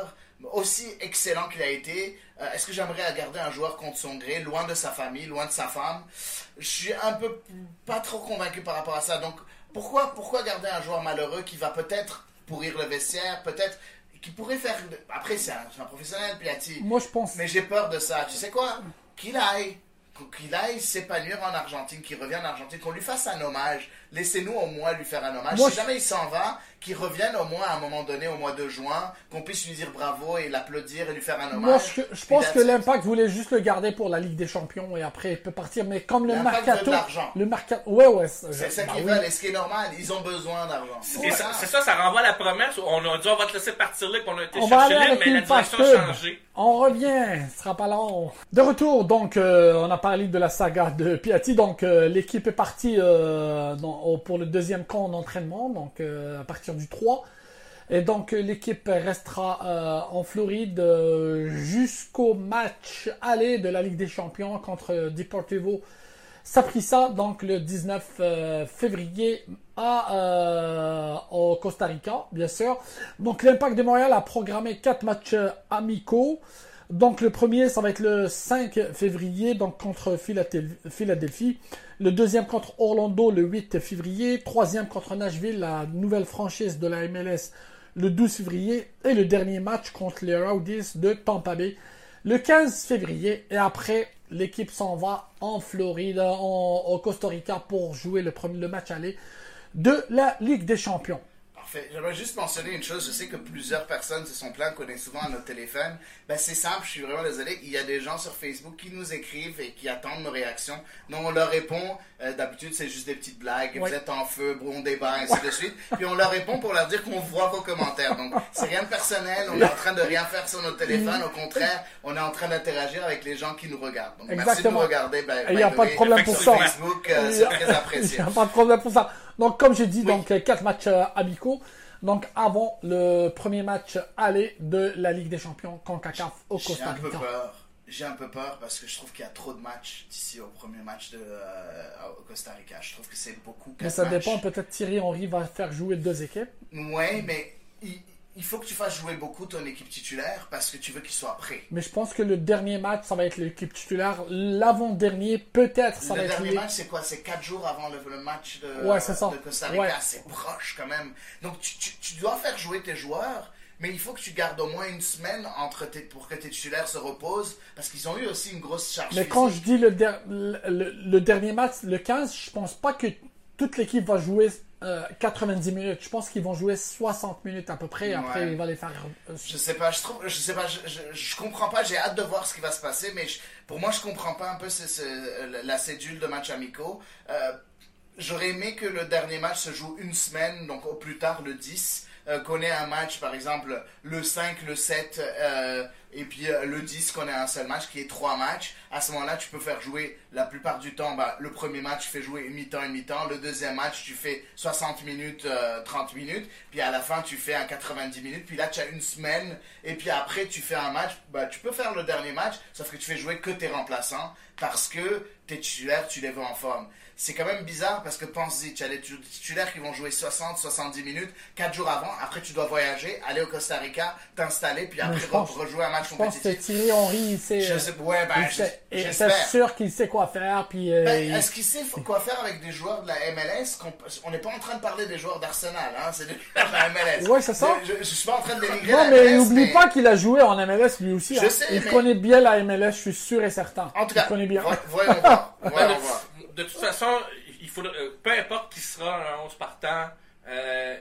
aussi excellent qu'il a été, euh, est-ce que j'aimerais garder un joueur contre son gré, loin de sa famille, loin de sa femme? Je suis un peu pas trop convaincu par rapport à ça. Donc pourquoi, pourquoi garder un joueur malheureux qui va peut-être pourrir le vestiaire, peut-être qui pourrait faire... Après, c'est un, c'est un professionnel, Piatti. Moi, je pense... Mais j'ai peur de ça. Tu sais quoi? Qu'il aille. Qu'il aille s'épanouir en Argentine, qu'il revienne en Argentine, qu'on lui fasse un hommage. Laissez-nous au moins lui faire un hommage. Moi, si je... jamais il s'en va, qu'il revienne au moins à un moment donné, au mois de juin, qu'on puisse lui dire bravo et l'applaudir et lui faire un hommage. Moi, je, je pense que l'Impact voulait juste le garder pour la Ligue des Champions et après il peut partir. Mais comme le mercato, le mercato, ouais, ouais, c'est, c'est ça bah qu'ils oui. veulent. Et ce qui est normal, ils ont besoin d'argent. C'est, ouais. ça, c'est ça, ça renvoie à la promesse. On a dit on va te laisser partir là, qu'on a été on chercher là, mais la direction a changé. On revient, ce sera pas long. De retour, donc, euh, on a parlé de la saga de Piatti. Donc, euh, l'équipe est partie euh, dans, pour le deuxième camp d'entraînement, donc euh, à partir du trois. Et donc, l'équipe restera euh, en Floride euh, jusqu'au match aller de la Ligue des Champions contre Deportivo Saprissa, donc le dix-neuf euh, février à, euh, au Costa Rica, bien sûr. Donc, l'Impact de Montréal a programmé quatre matchs amicaux. Donc, le premier, ça va être le cinq février, donc contre Philadelphie. Le deuxième contre Orlando, le huit février. Troisième contre Nashville, la nouvelle franchise de la M L S, le douze février. Et le dernier match contre les Rowdies de Tampa Bay, le quinze février. Et après, l'équipe s'en va en Floride, en, au Costa Rica, pour jouer le, premier, le match aller de la Ligue des Champions. Parfait. J'aimerais juste mentionner une chose. Je sais que plusieurs personnes se sont plaintes qu'on est souvent à notre téléphone. Ben, c'est simple, je suis vraiment désolé. Il y a des gens sur Facebook qui nous écrivent et qui attendent nos réactions. Donc, on leur répond. Euh, d'habitude, c'est juste des petites blagues. Oui. Vous êtes en feu, bon débat, ainsi de suite. Puis, on leur répond pour leur dire qu'on voit vos commentaires. Donc, c'est rien de personnel. On est en train de rien faire sur notre téléphone. Au contraire, on est en train d'interagir avec les gens qui nous regardent. Donc, exactement. Merci de nous regarder. Ben, il n'y a pas de problème pour ça. Facebook, euh, c'est très apprécié. Il n'y a pas de problème pour ça. Donc, comme j'ai dit, oui. donc quatre matchs euh, amicaux. Donc, avant le premier match aller de la Ligue des Champions CONCACAF au Costa Rica. J'ai un peu peur. J'ai un peu peur parce que je trouve qu'il y a trop de matchs d'ici au premier match de, euh, au Costa Rica. Je trouve que c'est beaucoup. Mais ça matchs. dépend. Peut-être Thierry Henry va faire jouer deux équipes. Oui, mais il, il faut que tu fasses jouer beaucoup ton équipe titulaire parce que tu veux qu'ils soient prêts. Mais je pense que le dernier match, ça va être l'équipe titulaire. L'avant-dernier, peut-être, ça le va être... Le dernier match, c'est quoi? C'est quatre jours avant le, le match de, ouais, c'est ça. de Costa Rica. Ouais. C'est proche quand même. Donc, tu, tu, tu dois faire jouer tes joueurs, mais il faut que tu gardes au moins une semaine entre tes, pour que tes titulaires se reposent parce qu'ils ont eu aussi une grosse charge Mais physique. quand je dis le, der le, le, le dernier match, le quinze, je pense pas que toute l'équipe va jouer euh, quatre-vingt-dix minutes. Je pense qu'ils vont jouer soixante minutes à peu près. Et après, ouais. il va les faire... Euh, je sais pas, je trouve, je sais pas, je, je, je comprends pas. J'ai hâte de voir ce qui va se passer, mais je, pour moi, je comprends pas un peu ce, ce, la cédule de matchs amicaux. Euh, J'aurais aimé que le dernier match se joue une semaine, donc au plus tard le dix. Euh, qu'on ait un match, par exemple, le cinq, le sept, euh, et puis euh, le dix, qu'on ait un seul match, qui est trois matchs. À ce moment-là, tu peux faire jouer, la plupart du temps, bah, le premier match, tu fais jouer une mi-temps et mi-temps. Le deuxième match, tu fais soixante minutes, euh, trente minutes. Puis à la fin, tu fais un quatre-vingt-dix minutes. Puis là, tu as une semaine. Et puis après, tu fais un match. Bah, tu peux faire le dernier match, sauf que tu fais jouer que tes remplaçants parce que tes titulaires, tu les veux en forme. C'est quand même bizarre parce que pense-y, tu as les titulaires qui vont jouer soixante à soixante-dix minutes, quatre jours avant, après tu dois voyager, aller au Costa Rica, t'installer, puis après pense, rejouer un match compétitif. Je pense que Thierry Henry, il sait... Je sais, ouais, ben, je, j'espère. C'est sûr qu'il sait quoi faire, puis... Euh, ben, il... Est-ce qu'il sait quoi faire avec des joueurs de la M L S? On n'est pas en train de parler des joueurs d'Arsenal, hein, c'est des joueurs de la M L S. Ouais, c'est ça. Je, je, je suis pas en train de dénigrer non, la mais M L S, n'oublie mais... pas qu'il a joué en M L S lui aussi. Je hein. sais, Il mais... connaît bien la M L S, je suis sûr et certain. En tout cas, il connaît bien. voyons voir. Voyons voir. De toute façon, il faut, euh, peu importe qui sera un onze partant, euh,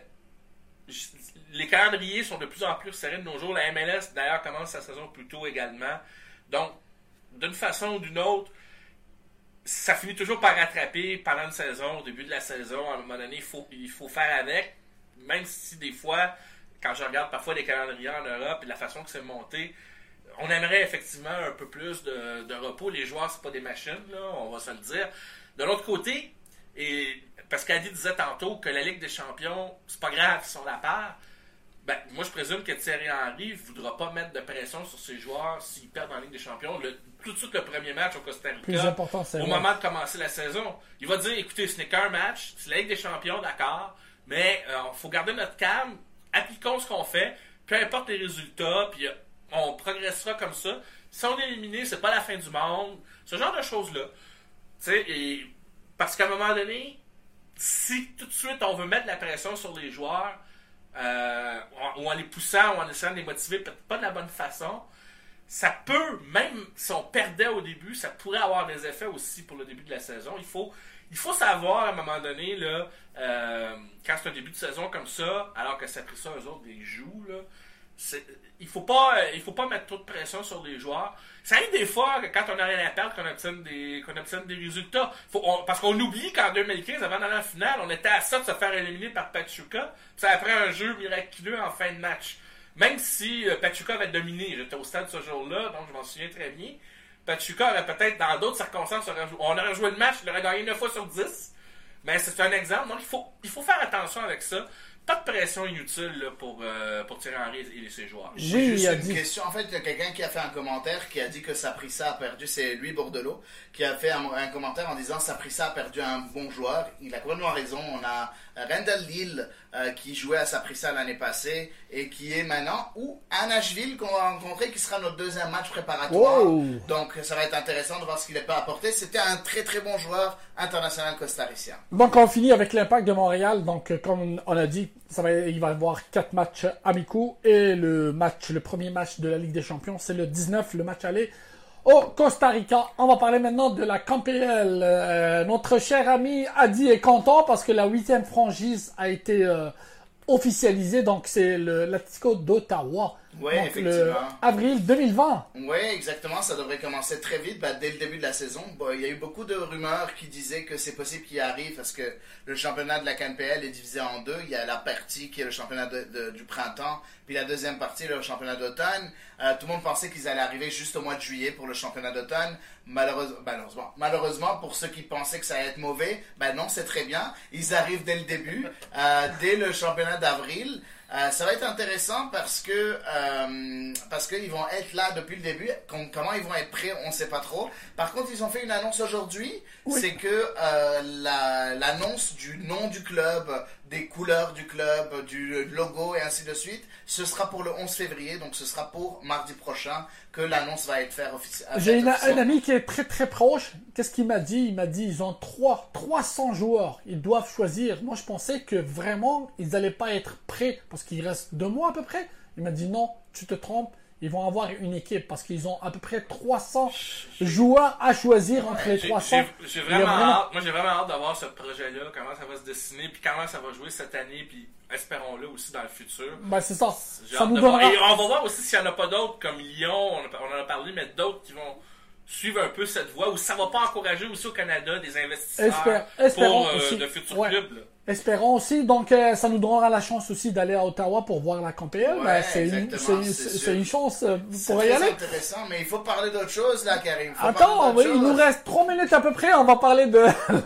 les calendriers sont de plus en plus serrés de nos jours. La M L S, d'ailleurs, commence sa saison plus tôt également. Donc, d'une façon ou d'une autre, ça finit toujours par rattraper pendant une saison, au début de la saison. À un moment donné, il faut, il faut faire avec. Même si des fois, quand je regarde parfois les calendriers en Europe et la façon que c'est monté, on aimerait effectivement un peu plus de, de repos. Les joueurs, c'est pas des machines, là, on va se le dire. De l'autre côté, et parce qu'Adi disait tantôt que la Ligue des Champions, c'est pas grave, ils sont la part. Ben, moi, je présume que Thierry Henry ne voudra pas mettre de pression sur ses joueurs s'ils perdent en Ligue des Champions. Le, tout de suite, le premier match au Costa Rica, plus important, c'est au vrai. moment de commencer la saison, il va dire, écoutez, ce n'est qu'un match, c'est la Ligue des Champions, d'accord, mais il euh, faut garder notre calme, appliquons ce qu'on fait, peu importe les résultats, puis on progressera comme ça. Si on est éliminé, c'est pas la fin du monde. Ce genre de choses-là. Tu sais, et parce qu'à un moment donné, si tout de suite on veut mettre de la pression sur les joueurs, euh, ou en les poussant, ou en essayant de les motiver, peut-être pas de la bonne façon, ça peut, même si on perdait au début, ça pourrait avoir des effets aussi pour le début de la saison. Il faut, il faut savoir à un moment donné, là, euh, quand c'est un début de saison comme ça, alors que ça pris ça, eux autres, des joues, là, c'est, il faut pas, il faut pas mettre trop de pression sur les joueurs. Ça arrive des fois que quand on a rien à perdre, qu'on obtienne des, qu'on obtienne des résultats. Faut, on, parce qu'on oublie qu'en deux mille quinze, avant d'aller en finale, on était à ça de se faire éliminer par Pachuca. Puis ça après un jeu miraculeux en fin de match. Même si euh, Pachuca avait dominé, j'étais au stade ce jour-là, donc je m'en souviens très bien. Pachuca aurait peut-être, dans d'autres circonstances, aurait joué, on aurait joué le match, il aurait gagné neuf fois sur dix. Mais c'est un exemple, donc il faut, il faut faire attention avec ça. Pas de pression inutile là, pour, euh, pour Thierry Henry et ses joueurs. J'ai Oui, juste il a une dit- question. En fait, il y a quelqu'un qui a fait un commentaire qui a dit que Saprissa a perdu. C'est Louis Bordelot qui a fait un, un commentaire en disant Saprissa a perdu un bon joueur. Il a complètement raison. On a Randall Lille euh, qui jouait à Saprissa l'année passée et qui est maintenant ou à Nashville qu'on va rencontrer, qui sera notre deuxième match préparatoire. Wow. Donc ça va être intéressant de voir ce qu'il peut apporter. C'était un très très bon joueur international costaricien. Donc on finit avec l'Impact de Montréal. Donc euh, comme on a dit, ça va, il va y avoir quatre matchs amicaux et le match, le premier match de la Ligue des Champions, c'est le dix-neuf, le match aller au Costa Rica. On va parler maintenant de la C A M P L. Euh, notre cher ami Adi est content parce que la huitième franchise a été euh, officialisée. Donc c'est le l'Atlético d'Ottawa. Ouais, Donc, effectivement. le avril deux mille vingt. Oui, exactement. Ça devrait commencer très vite, bah, dès le début de la saison. Bon, il y a eu beaucoup de rumeurs qui disaient que c'est possible qu'il arrive parce que le championnat de la C A N P L est divisé en deux. Il y a la partie qui est le championnat de, de, du printemps, puis la deuxième partie, le championnat d'automne. Euh, tout le monde pensait qu'ils allaient arriver juste au mois de juillet pour le championnat d'automne. Malheureusement, malheureusement, malheureusement, pour ceux qui pensaient que ça allait être mauvais, ben non, c'est très bien. Ils arrivent dès le début, euh, dès le championnat d'avril. Euh, ça va être intéressant parce que euh, parce qu'ils vont être là depuis le début. Com- comment ils vont être prêts, on ne sait pas trop. Par contre, ils ont fait une annonce aujourd'hui. Oui. C'est que euh, la, l'annonce du nom du club, des couleurs du club, du logo et ainsi de suite, ce sera pour le onze février. Donc, ce sera pour mardi prochain que l'annonce va être faite offici- J'ai une, officielle. un ami qui est très très proche. Qu'est-ce qu'il m'a dit? Il m'a dit ils ont trois, trois cents joueurs. Ils doivent choisir. Moi, je pensais que vraiment, ils n'allaient pas être prêts parce qu'il reste deux mois à peu près. Il m'a dit non, tu te trompes. Ils vont avoir une équipe parce qu'ils ont à peu près trois cents joueurs à choisir entre les J'ai, trois cents. j'ai, j'ai Il y a vraiment vraiment- hâte. Moi, j'ai vraiment hâte d'avoir ce projet-là, comment ça va se dessiner, puis comment ça va jouer cette année, puis espérons-le aussi dans le futur. Ben, c'est ça. J'ai Ça hâte nous de voir. donnera. Et on va voir aussi s'il n'y en a pas d'autres comme Lyon, on, a- on en a parlé, mais d'autres qui vont suivre un peu cette voie, ou ça va pas encourager aussi au Canada des investisseurs Espère- espérons pour euh, aussi. de futurs Ouais. clubs. Là. Espérons aussi. Donc, euh, ça nous donnera la chance aussi d'aller à Ottawa pour voir la C A M P L. Ouais, Ben, c'est, une, exactement, c'est, c'est c'est, sûr. c'est une chance euh, C'est pour y très aller. intéressant, mais il faut parler d'autre chose là, Karim. Faut Attends, parler oui, d'autre il nous chose. reste trois minutes à peu près. On va parler de,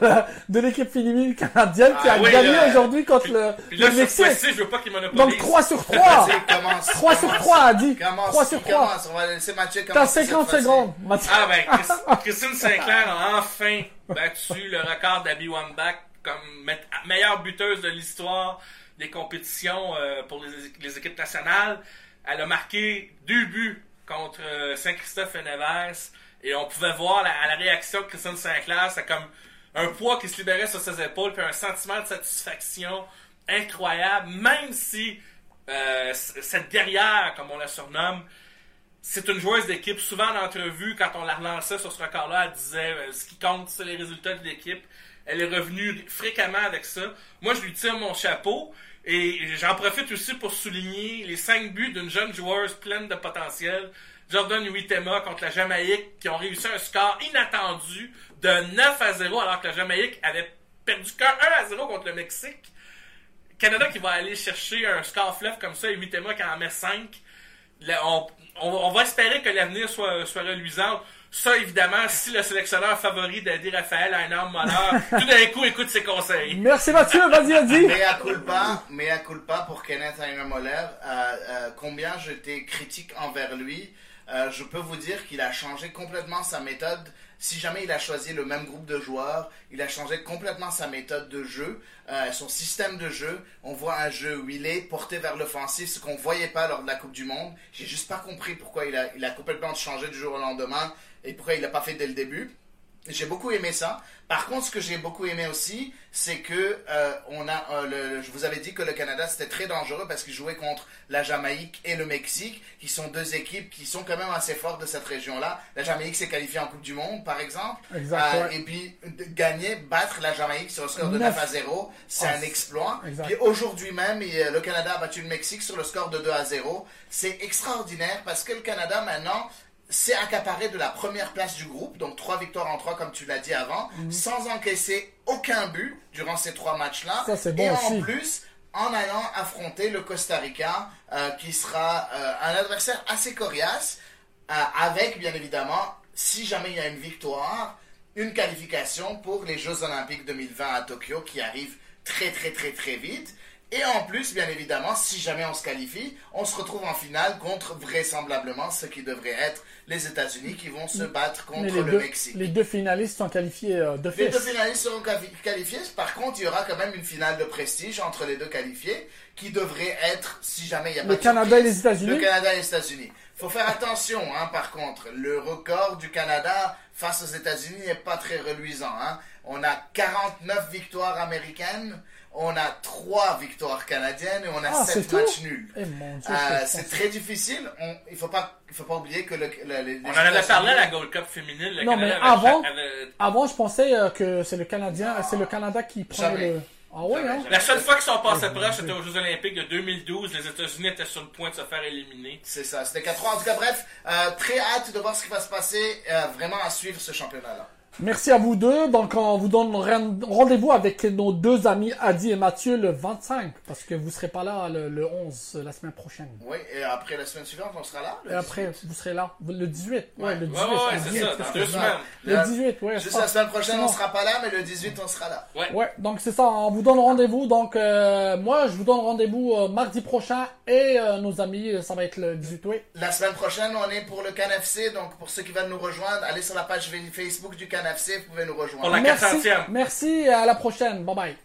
de l'équipe féminine canadienne qui Ah a oui, gagné là. aujourd'hui contre Puis, le, puis là, le sur Mexique. ce je veux pas qu'ils monopolisent. Donc trois sur trois. Vas-y, commence, trois sur commence. trois, a dit. Commence, trois sur trois. commence. On va laisser Mathieu T'as commencer cette cinquante fois-ci. secondes. Mathieu. Ah ben, Chris- Christine Sinclair a enfin battu le record d'Abby Wambach comme me- meilleure buteuse de l'histoire des compétitions euh, pour les, les équipes nationales. Elle a marqué deux buts contre euh, Saint-Christophe et Nevers et on pouvait voir la, à la réaction de Christine Sinclair, c'est comme un poids qui se libérait sur ses épaules puis un sentiment de satisfaction incroyable, même si euh, c- cette guerrière, comme on la surnomme, c'est une joueuse d'équipe. Souvent en entrevue, quand on la relançait sur ce record-là, elle disait euh, ce qui compte, c'est les résultats de l'équipe. Elle est revenue fréquemment avec ça. Moi, je lui tire mon chapeau et j'en profite aussi pour souligner les cinq buts d'une jeune joueuse pleine de potentiel, Jordan Huitema contre la Jamaïque, qui ont réussi un score inattendu de neuf à zéro alors que la Jamaïque avait perdu qu'un un à zéro contre le Mexique. Canada qui va aller chercher un score fleuve comme ça et Huitema qui en met cinq. Là, on, on, on va espérer que l'avenir soit, soit reluisant. Ça, évidemment, si le sélectionneur favori d'Adi Raphaël a un arme meneur, tout d'un coup, écoute ses conseils. Merci Mathieu, vas-y, vas-y. Mea culpa, mea culpa pour Kenneth Heimer-Moller. Euh, euh, combien j'étais critique envers lui. Euh, je peux vous dire qu'il a changé complètement sa méthode si jamais il a choisi le même groupe de joueurs, il a changé complètement sa méthode de jeu, euh, son système de jeu. On voit un jeu où il est porté vers l'offensive, ce qu'on voyait pas lors de la Coupe du Monde. J'ai juste pas compris pourquoi il a, il a complètement changé du jour au lendemain et pourquoi il l'a pas fait dès le début. J'ai beaucoup aimé ça. Par contre, ce que j'ai beaucoup aimé aussi, c'est que euh, on a, euh, le, je vous avais dit que le Canada c'était très dangereux parce qu'il jouait contre la Jamaïque et le Mexique, qui sont deux équipes qui sont quand même assez fortes de cette région-là. La Jamaïque s'est qualifiée en Coupe du Monde, par exemple. Exact, Euh, ouais. Et puis de- gagner, battre la Jamaïque sur le score de Neuf. neuf à zéro, c'est Ah, un exploit. exact. Puis aujourd'hui même, il- le Canada a battu le Mexique sur le score de deux à zéro. C'est extraordinaire parce que le Canada maintenant s'est accaparé de la première place du groupe, donc trois victoires en trois comme tu l'as dit avant, Mhm. sans encaisser aucun but durant ces trois matchs-là. Ça, c'est bon Et en aussi. plus, en allant affronter le Costa Rica, euh, qui sera euh, un adversaire assez coriace, euh, avec bien évidemment, si jamais il y a une victoire, une qualification pour les Jeux Olympiques deux mille vingt à Tokyo qui arrivent très très très très vite. Et en plus, bien évidemment, si jamais on se qualifie, on se retrouve en finale contre vraisemblablement ce qui devrait être les États-Unis qui vont se battre Mais contre les le deux, Mexique. les deux finalistes sont qualifiés euh, de Les fait. deux finalistes seront quali- qualifiés. Par contre, il y aura quand même une finale de prestige entre les deux qualifiés qui devrait être, si jamais il n'y a pas Le de Canada et surprise, les États-Unis. Le Canada et les États-Unis. Faut faire attention, hein, par contre. Le record du Canada face aux États-Unis n'est pas très reluisant. Hein. On a quarante-neuf victoires américaines, on a trois victoires canadiennes et on a Ah, c'est sept tout? matchs nuls. Eh mon Dieu, Euh, je c'est pense- très difficile. On, il faut pas, il faut pas oublier que le, le- les, On en les avait États-Unis- parlé à la Gold Cup féminine. Le Non, Canada mais avait- avant- avait- Avant, je pensais euh, que c'est le Canadien, c'est le Canada qui prenait Jamais. le. Ah ouais, Jamais, hein? jamais. La seule fois qu'ils sont passés Oh, mon proches, Dieu. c'était aux Jeux Olympiques de deux mille douze. Les États-Unis étaient sur le point de se faire éliminer. C'est ça, c'était quatre trois. En tout cas, bref, euh, très hâte de voir ce qui va se passer. Euh, vraiment à suivre ce championnat-là. Merci à vous deux. Donc, on vous donne ren- rendez-vous avec nos deux amis Adi et Mathieu le vingt-cinq, parce que vous serez pas là le, le onze, euh, la semaine prochaine. Oui, et après la semaine suivante, on sera là. le Et après, dix-huit. vous serez là le dix-huit. Ouais, Ouais. le Ouais, dix-huit. ouais, ouais, le c'est dix-huit, ça, dans parce deux que- semaines. Le Le- dix-huit, ouais. Juste c'est la ça. semaine prochaine, on Sinon- sera pas là, mais le dix-huit, on sera là. Ouais. Ouais, donc c'est ça, on vous donne rendez-vous. Donc, euh, moi, je vous donne rendez-vous euh, mardi prochain et euh, nos amis, euh, ça va être le dix-huit. Ouais. La semaine prochaine, on est pour le C A N F C. Donc, pour ceux qui veulent nous rejoindre, allez sur la page Facebook du C A N F C, vous pouvez nous rejoindre. Pour la Merci, quatorzième. merci et à la prochaine. Bye bye.